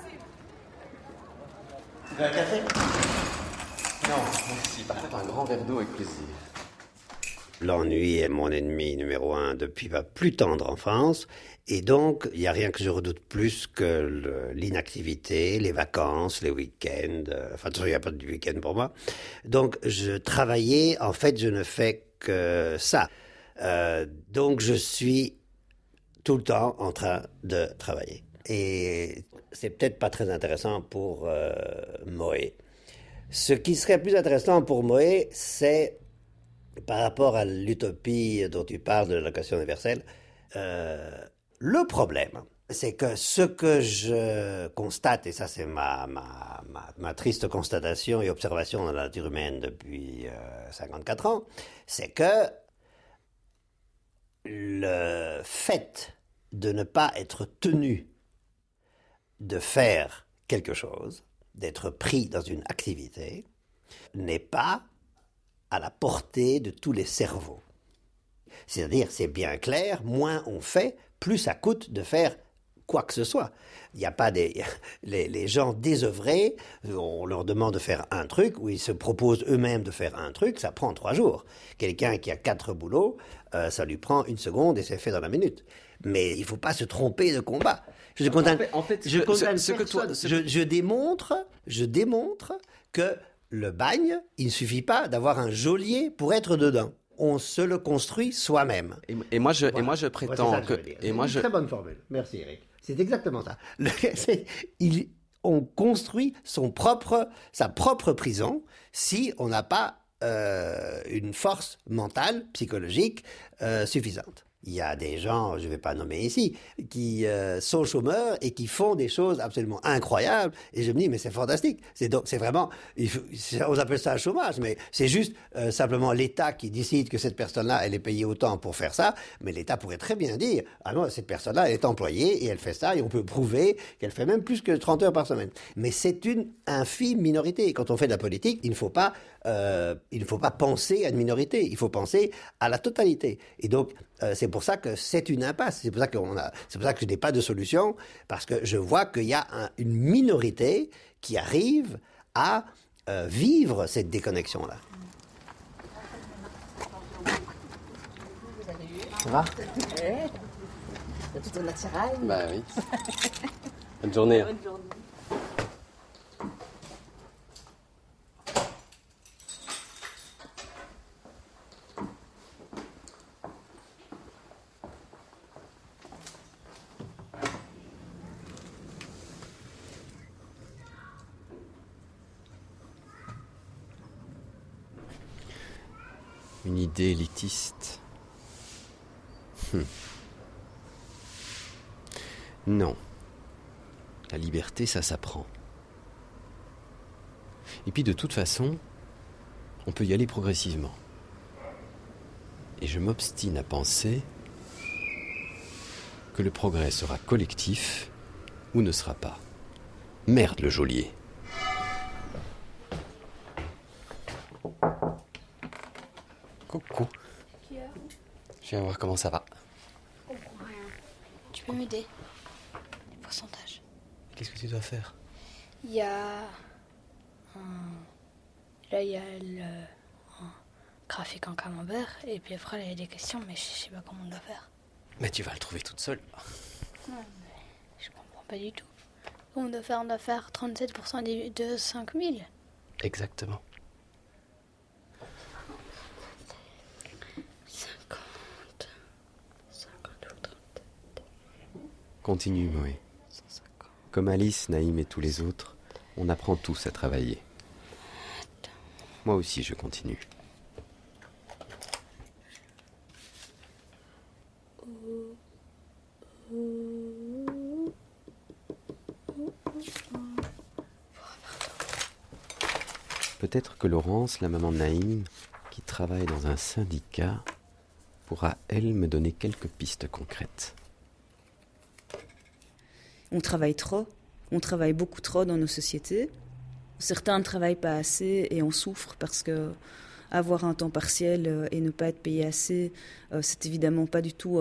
Tu veux un café ? Non, merci. Par contre, un grand verre d'eau avec plaisir. L'ennui est mon ennemi numéro 1 depuis ma plus tendre enfance. Et donc, il n'y a rien que je redoute plus que l'inactivité, les vacances, les week-ends. Enfin, de toute façon, il n'y a pas de week-end pour moi. Donc, je travaillais. En fait, je ne fais que ça. Donc, je suis tout le temps en train de travailler. Et c'est peut-être pas très intéressant pour Moé. Ce qui serait plus intéressant pour Moé, c'est, par rapport à l'utopie dont tu parles de l'allocation universelle, le problème, c'est que ce que je constate, et ça c'est ma triste constatation et observation dans la nature humaine depuis 54 ans, c'est que le fait de ne pas être tenu de faire quelque chose, d'être pris dans une activité, n'est pas à la portée de tous les cerveaux. C'est-à-dire, c'est bien clair, moins on fait, plus ça coûte de faire quoi que ce soit. Il n'y a pas les gens désœuvrés, on leur demande de faire un truc, ou ils se proposent eux-mêmes de faire un truc, ça prend 3 jours. Quelqu'un qui a 4 boulots, ça lui prend 1 seconde et c'est fait dans la minute. Mais il ne faut pas se tromper de combat. Je démontre que le bagne, il ne suffit pas d'avoir un geôlier pour être dedans. On se le construit soi-même. Et moi, je prétends que... C'est une très bonne formule. Merci, Eric. C'est exactement ça. On construit sa propre prison si on n'a pas une force mentale, psychologique suffisante. Il y a des gens, je ne vais pas nommer ici, qui sont chômeurs et qui font des choses absolument incroyables. Et je me dis, mais c'est fantastique. C'est vraiment, on appelle ça un chômage, mais c'est juste simplement l'État qui décide que cette personne-là, elle est payée autant pour faire ça. Mais l'État pourrait très bien dire, ah non, cette personne-là, elle est employée et elle fait ça, et on peut prouver qu'elle fait même plus que 30 heures par semaine. Mais c'est une infime minorité. Et quand on fait de la politique, il ne faut pas penser à une minorité. Il faut penser à la totalité. Et donc, c'est pour ça que c'est une impasse. C'est pour ça que je n'ai pas de solution, parce que je vois qu'il y a une minorité qui arrive à vivre cette déconnexion-là. Ça va? C'est plutôt naturel. Bah oui. Bonne journée. Hein. Bonne journée. Une idée élitiste. Non. La liberté, ça s'apprend. Et puis de toute façon, on peut y aller progressivement. Et je m'obstine à penser que le progrès sera collectif ou ne sera pas. Merde le geôlier. Coucou. Je viens voir comment ça va. Je comprends rien. Tu peux m'aider? Les pourcentages. Qu'est-ce que tu dois faire? Il y a Là, il y a le graphique en camembert. Et puis après, là, il y a des questions, mais je sais pas comment on doit faire. Mais tu vas le trouver toute seule. Non, mais je comprends pas du tout. On doit faire 37% de 5000. Exactement. 50 ou 30. Continue, Moé. 150. Comme Alice, Naïm et tous les autres, on apprend tous à travailler. Moi aussi, je continue. Peut-être que Laurence, la maman de Naïm, qui travaille dans un syndicat, pourra, elle, me donner quelques pistes concrètes. On travaille trop, on travaille beaucoup trop dans nos sociétés. Certains ne travaillent pas assez et en souffrent parce que avoir un temps partiel et ne pas être payé assez, c'est évidemment pas du tout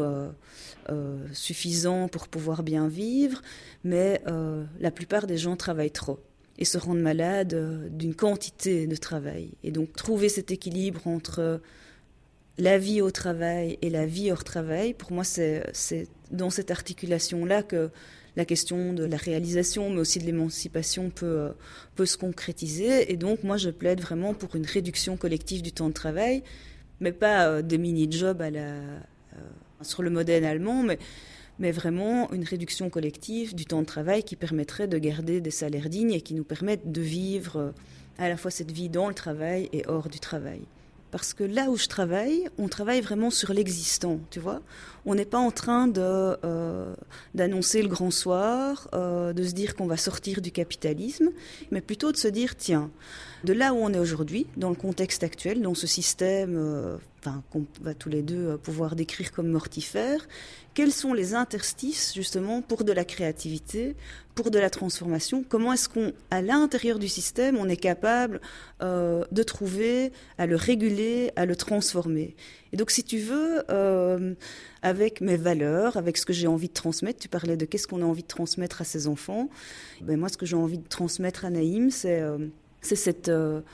suffisant pour pouvoir bien vivre, mais la plupart des gens travaillent trop et se rendent malades d'une quantité de travail. Et donc trouver cet équilibre entre la vie au travail et la vie hors travail, pour moi c'est dans cette articulation-là que la question de la réalisation, mais aussi de l'émancipation peut se concrétiser. Et donc, moi, je plaide vraiment pour une réduction collective du temps de travail, mais pas des mini-jobs sur le modèle allemand, mais vraiment une réduction collective du temps de travail qui permettrait de garder des salaires dignes et qui nous permettent de vivre à la fois cette vie dans le travail et hors du travail. Parce que là où je travaille, on travaille vraiment sur l'existant, tu vois. On n'est pas en train d'annoncer le grand soir, de se dire qu'on va sortir du capitalisme, mais plutôt de se dire, tiens, de là où on est aujourd'hui, dans le contexte actuel, dans ce système qu'on va tous les deux pouvoir décrire comme mortifère, quels sont les interstices justement pour de la créativité, pour de la transformation? Comment est-ce qu'à l'intérieur du système, on est capable de trouver, à le réguler, à le transformer? Et donc, si tu veux, avec mes valeurs, avec ce que j'ai envie de transmettre, tu parlais de qu'est-ce qu'on a envie de transmettre à ses enfants. Ben moi, ce que j'ai envie de transmettre à Naïm, c'est cette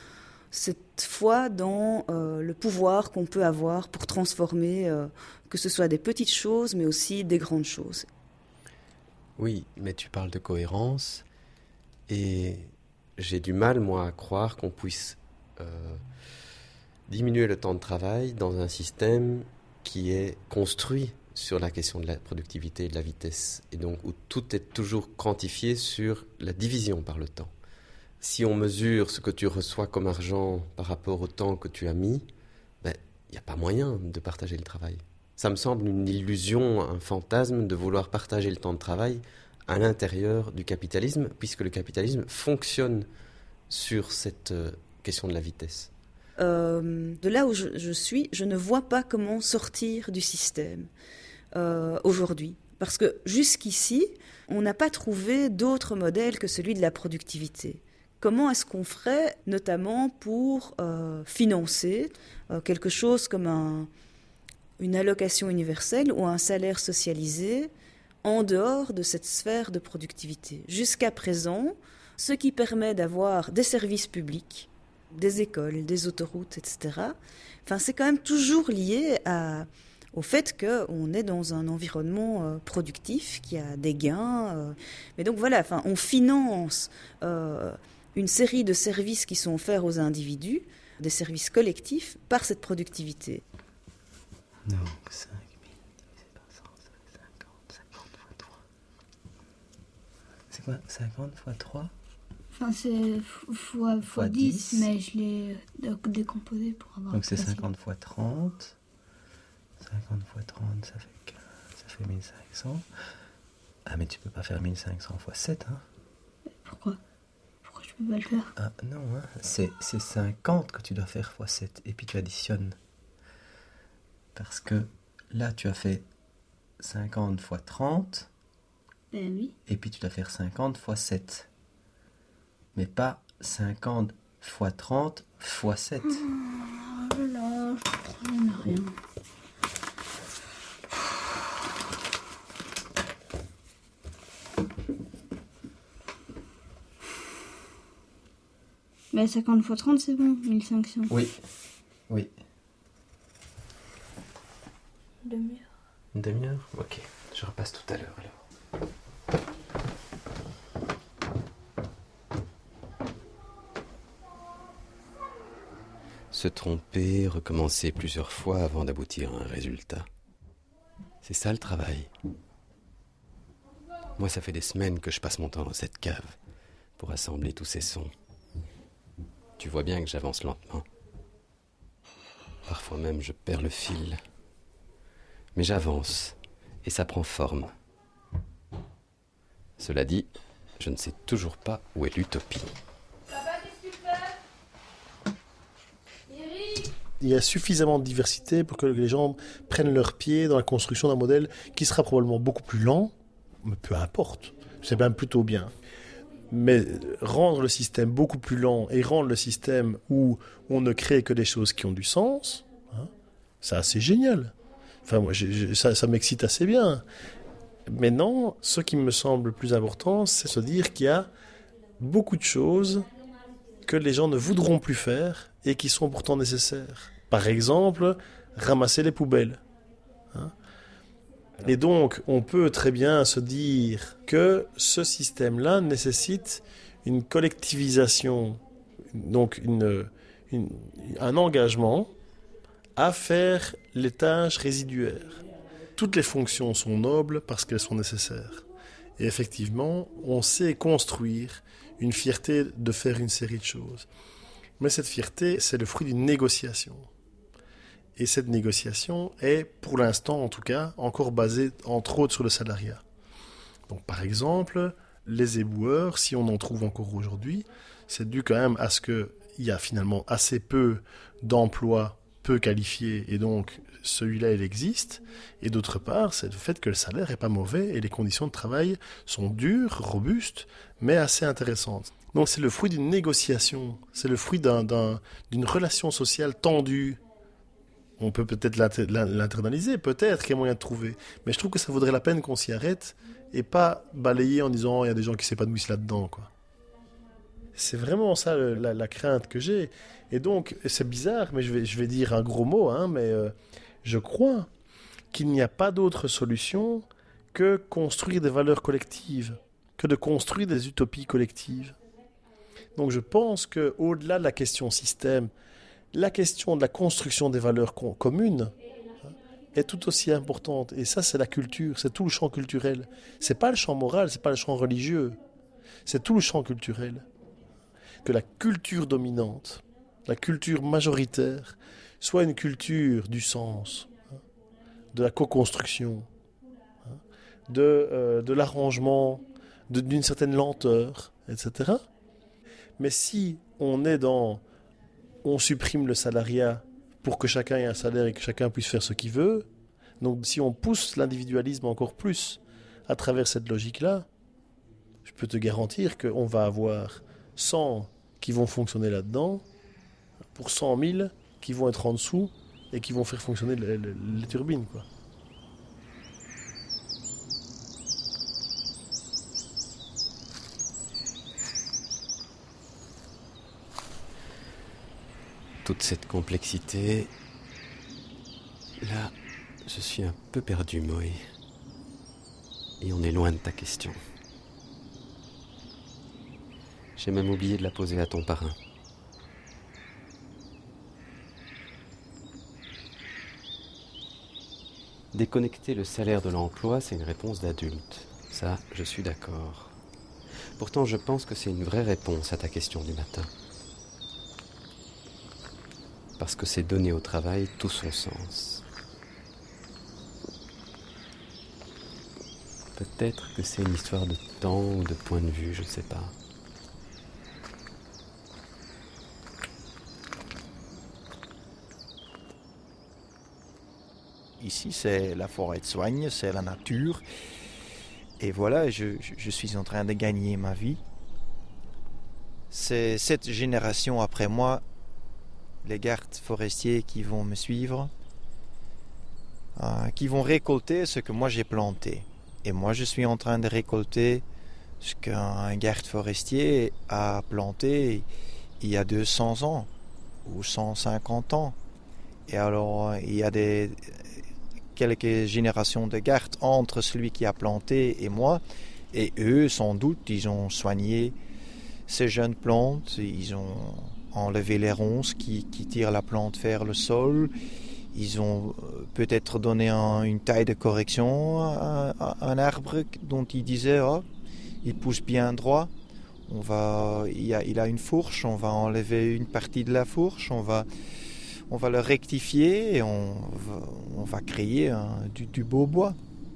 foi dans le pouvoir qu'on peut avoir pour transformer, que ce soit des petites choses, mais aussi des grandes choses. Oui, mais tu parles de cohérence, et j'ai du mal, moi, à croire qu'on puisse diminuer le temps de travail dans un système qui est construit sur la question de la productivité et de la vitesse, et donc où tout est toujours quantifié sur la division par le temps. Si on mesure ce que tu reçois comme argent par rapport au temps que tu as mis, il n'y a pas moyen de partager le travail. Ça me semble une illusion, un fantasme de vouloir partager le temps de travail à l'intérieur du capitalisme, puisque le capitalisme fonctionne sur cette question de la vitesse. De là où je suis, je ne vois pas comment sortir du système aujourd'hui. Parce que jusqu'ici, on n'a pas trouvé d'autre modèle que celui de la productivité. Comment est-ce qu'on ferait, notamment pour financer quelque chose comme une allocation universelle ou un salaire socialisé en dehors de cette sphère de productivité? Jusqu'à présent, ce qui permet d'avoir des services publics, des écoles, des autoroutes, etc., c'est quand même toujours lié au fait qu'on est dans un environnement productif, qui a des gains. Mais donc voilà, on finance une série de services qui sont offerts aux individus, des services collectifs, par cette productivité. Donc 5 000 divisé par 100, ça fait 50 fois 3. C'est quoi 50 fois 3? C'est fois 10, mais je l'ai décomposé pour avoir... Donc c'est 50 fois 30. 50 fois 30, ça fait 1500. Ah, mais tu peux pas faire 1500 fois 7, hein? Pourquoi je peux pas le faire? Ah, non, hein. C'est 50 que tu dois faire fois 7, et puis tu additionnes. Parce que là, tu as fait 50 fois 30. Ben oui. Et puis tu dois faire 50 fois 7. Mais pas 50 fois 30 fois 7. Oh là là, je ne comprends rien. Mais 50 fois 30, c'est bon, 1500. Oui. Une demi-heure. Une demi-heure? Ok, je repasse tout à l'heure alors. Se tromper, recommencer plusieurs fois avant d'aboutir à un résultat. C'est ça le travail. Moi, ça fait des semaines que je passe mon temps dans cette cave pour assembler tous ces sons. Tu vois bien que j'avance lentement. Parfois même, je perds le fil. Mais j'avance, et ça prend forme. Cela dit, je ne sais toujours pas où est l'utopie. Il y a suffisamment de diversité pour que les gens prennent leur pied dans la construction d'un modèle qui sera probablement beaucoup plus lent, mais peu importe, c'est même plutôt bien. Mais rendre le système beaucoup plus lent et rendre le système où on ne crée que des choses qui ont du sens, c'est assez génial. Enfin, moi, ça m'excite assez bien. Maintenant, ce qui me semble le plus important, c'est se dire qu'il y a beaucoup de choses que les gens ne voudront plus faire et qui sont pourtant nécessaires. Par exemple, ramasser les poubelles. Et donc, on peut très bien se dire que ce système-là nécessite une collectivisation, donc un engagement à faire les tâches résiduaires. Toutes les fonctions sont nobles parce qu'elles sont nécessaires. Et effectivement, on sait construire une fierté de faire une série de choses. Mais cette fierté, c'est le fruit d'une négociation. Et cette négociation est, pour l'instant en tout cas, encore basée, entre autres, sur le salariat. Donc, par exemple, les éboueurs, si on en trouve encore aujourd'hui, c'est dû quand même à ce qu'il y a finalement assez peu d'emplois peu qualifiés, et donc celui-là, il existe. Et d'autre part, c'est le fait que le salaire n'est pas mauvais et les conditions de travail sont dures, robustes, mais assez intéressantes. Donc c'est le fruit d'une négociation, c'est le fruit d'une relation sociale tendue. On peut peut-être l'internaliser, peut-être qu'il y a moyen de trouver. Mais je trouve que ça vaudrait la peine qu'on s'y arrête et pas balayer en disant « il y a des gens qui ne s'épanouissent là-dedans ». C'est vraiment ça la crainte que j'ai. Et donc, c'est bizarre, mais je vais dire un gros mot, mais je crois qu'il n'y a pas d'autre solution que construire des valeurs collectives, que de construire des utopies collectives. Donc je pense qu'au-delà de la question système, la question de la construction des valeurs communes est tout aussi importante. Et ça, c'est la culture, c'est tout le champ culturel. C'est pas le champ moral, c'est pas le champ religieux. C'est tout le champ culturel. Que la culture dominante, la culture majoritaire, soit une culture du sens, de la co-construction, de l'arrangement, d'une certaine lenteur, etc. Mais si on supprime le salariat pour que chacun ait un salaire et que chacun puisse faire ce qu'il veut, donc si on pousse l'individualisme encore plus à travers cette logique-là, je peux te garantir qu'on va avoir 100 qui vont fonctionner là-dedans, pour 100 000 qui vont être en dessous et qui vont faire fonctionner les turbines, quoi. Toute cette complexité... Là, je suis un peu perdu, Moé. Et on est loin de ta question. J'ai même oublié de la poser à ton parrain. Déconnecter le salaire de l'emploi, c'est une réponse d'adulte. Ça, je suis d'accord. Pourtant, je pense que c'est une vraie réponse à ta question du matin. Parce que c'est donner au travail tout son sens. Peut-être que c'est une histoire de temps ou de point de vue, je ne sais pas. Ici, c'est la forêt de soigne, c'est la nature. Et voilà, je suis en train de gagner ma vie. C'est cette génération après moi, les gardes forestiers qui vont me suivre, qui vont récolter ce que moi j'ai planté. Et moi, je suis en train de récolter ce qu'un garde forestier a planté il y a 200 ans ou 150 ans. Et alors, il y a quelques générations de gardes entre celui qui a planté et moi. Et eux, sans doute, ils ont soigné ces jeunes plantes, ils ont enlevé les ronces qui tirent la plante vers le sol. Ils ont peut-être donné une taille de correction à un arbre dont ils disaient il pousse bien droit. Il a une fourche, on va enlever une partie de la fourche, on va le rectifier et on va créer du beau bois.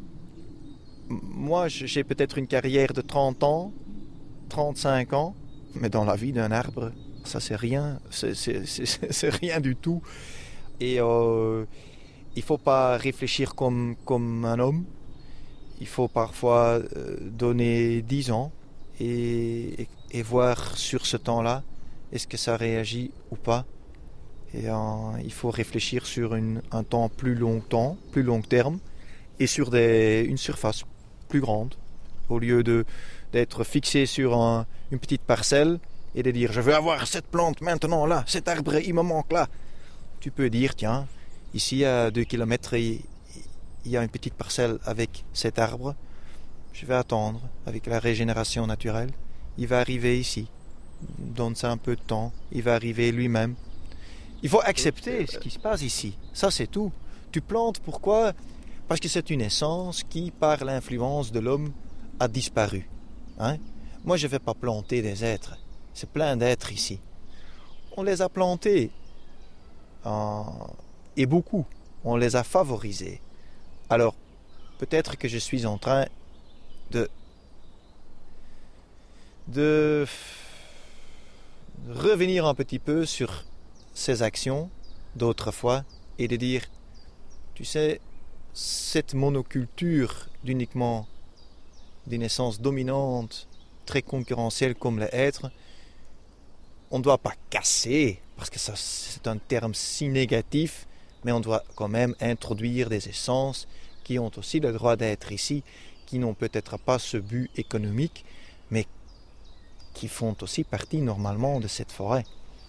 Moi, j'ai peut-être une carrière de 30 ans, 35 ans, mais dans la vie d'un arbre, ça c'est rien, c'est rien du tout. Et il ne faut pas réfléchir comme un homme. Il faut parfois donner 10 ans et voir sur ce temps-là, est-ce que ça réagit ou pas. Et il faut réfléchir sur un temps plus long terme, et sur une surface plus grande, au lieu d'être fixé sur une petite parcelle et de dire je veux avoir cette plante maintenant là, cet arbre il me manque là. Tu peux dire, tiens, ici à 2 km, il y a une petite parcelle avec cet arbre. Je vais attendre avec la régénération naturelle. Il va arriver ici. Donne ça un peu de temps. Il va arriver lui-même. Il faut accepter ce qui se passe ici. Ça, c'est tout. Tu plantes, pourquoi ? Parce que c'est une essence qui, par l'influence de l'homme, a disparu. Hein ? Moi, je ne vais pas planter des êtres. C'est plein d'êtres ici. On les a plantés. Et beaucoup, on les a favorisés. Alors, peut-être que je suis en train de revenir un petit peu sur ces actions d'autrefois et de dire, tu sais, cette monoculture d'uniquement d'une essence dominante, très concurrentielle comme les êtres, on ne doit pas casser, parce que ça, c'est un terme si négatif, mais on doit quand même introduire des essences qui ont aussi le droit d'être ici, qui n'ont peut-être pas ce but économique, mais qui font aussi partie normalement de cette forêt.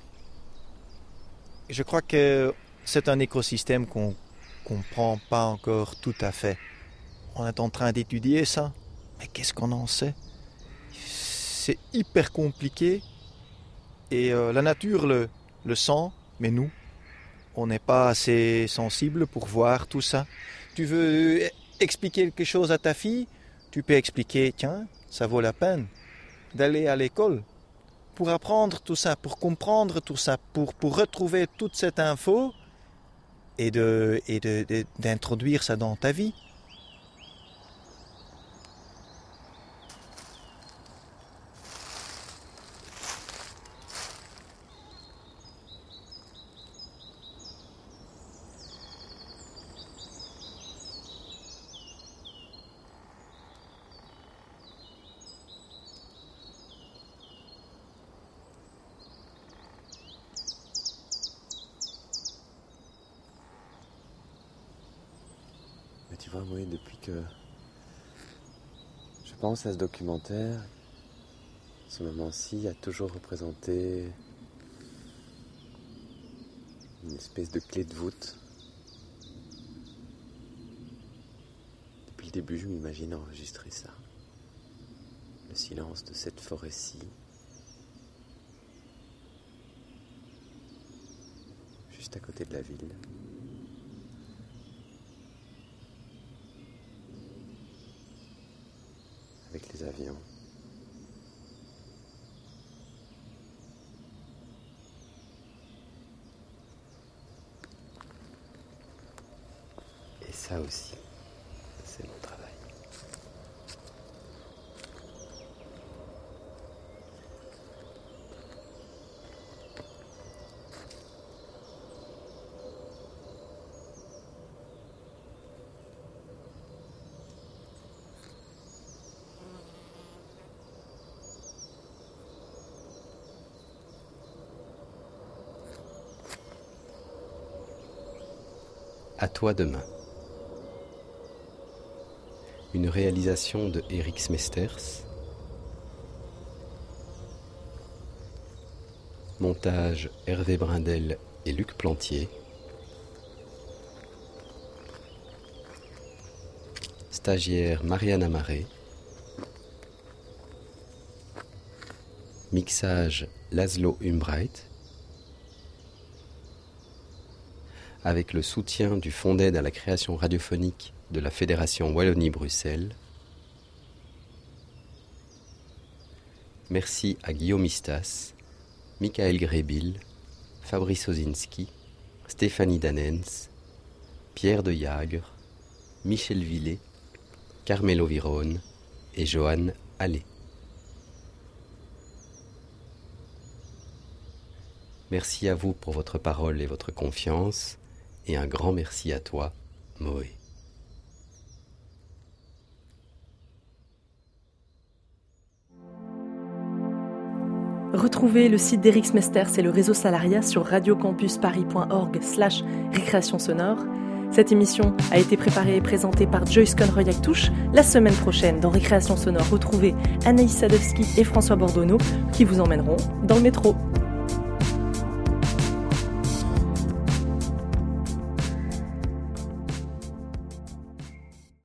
Je crois que c'est un écosystème qu'on ne comprend pas encore tout à fait. On est en train d'étudier ça, mais qu'est-ce qu'on en sait ? C'est hyper compliqué. Et la nature le sent, mais nous, on n'est pas assez sensible pour voir tout ça. Tu veux expliquer quelque chose à ta fille, tu peux expliquer, tiens, ça vaut la peine d'aller à l'école pour apprendre tout ça, pour comprendre tout ça, pour retrouver toute cette info. et d'introduire ça dans ta vie. Mais tu vois, oui, depuis que je pense à ce documentaire, ce moment-ci a toujours représenté une espèce de clé de voûte. Depuis le début, je m'imagine enregistrer ça. Le silence de cette forêt-ci. Juste à côté de la ville. Avec les avions. Et ça aussi, c'est mon travail. À toi demain. Une réalisation de Eric Smesters. Montage Hervé Brindel et Luc Plantier. Stagiaire Marianne Amaré. Mixage Laszlo Umbreit. Avec le soutien du Fonds d'aide à la création radiophonique de la Fédération Wallonie-Bruxelles. Merci à Guillaume Istas, Michael Grébil, Fabrice Ozinski, Stéphanie Danens, Pierre de Yagre, Michel Villet, Carmelo Virone et Johan Allais. Merci à vous pour votre parole et votre confiance. Et un grand merci à toi, Moé. Retrouvez le site d'Eric Smesters et le réseau Salariat sur radiocampusparis.org/récréation sonore. Cette émission a été préparée et présentée par Joyce Conroy-Actouche. La semaine prochaine, dans Récréation sonore, retrouvez Anaïs Sadowski et François Bordonneau qui vous emmèneront dans le métro.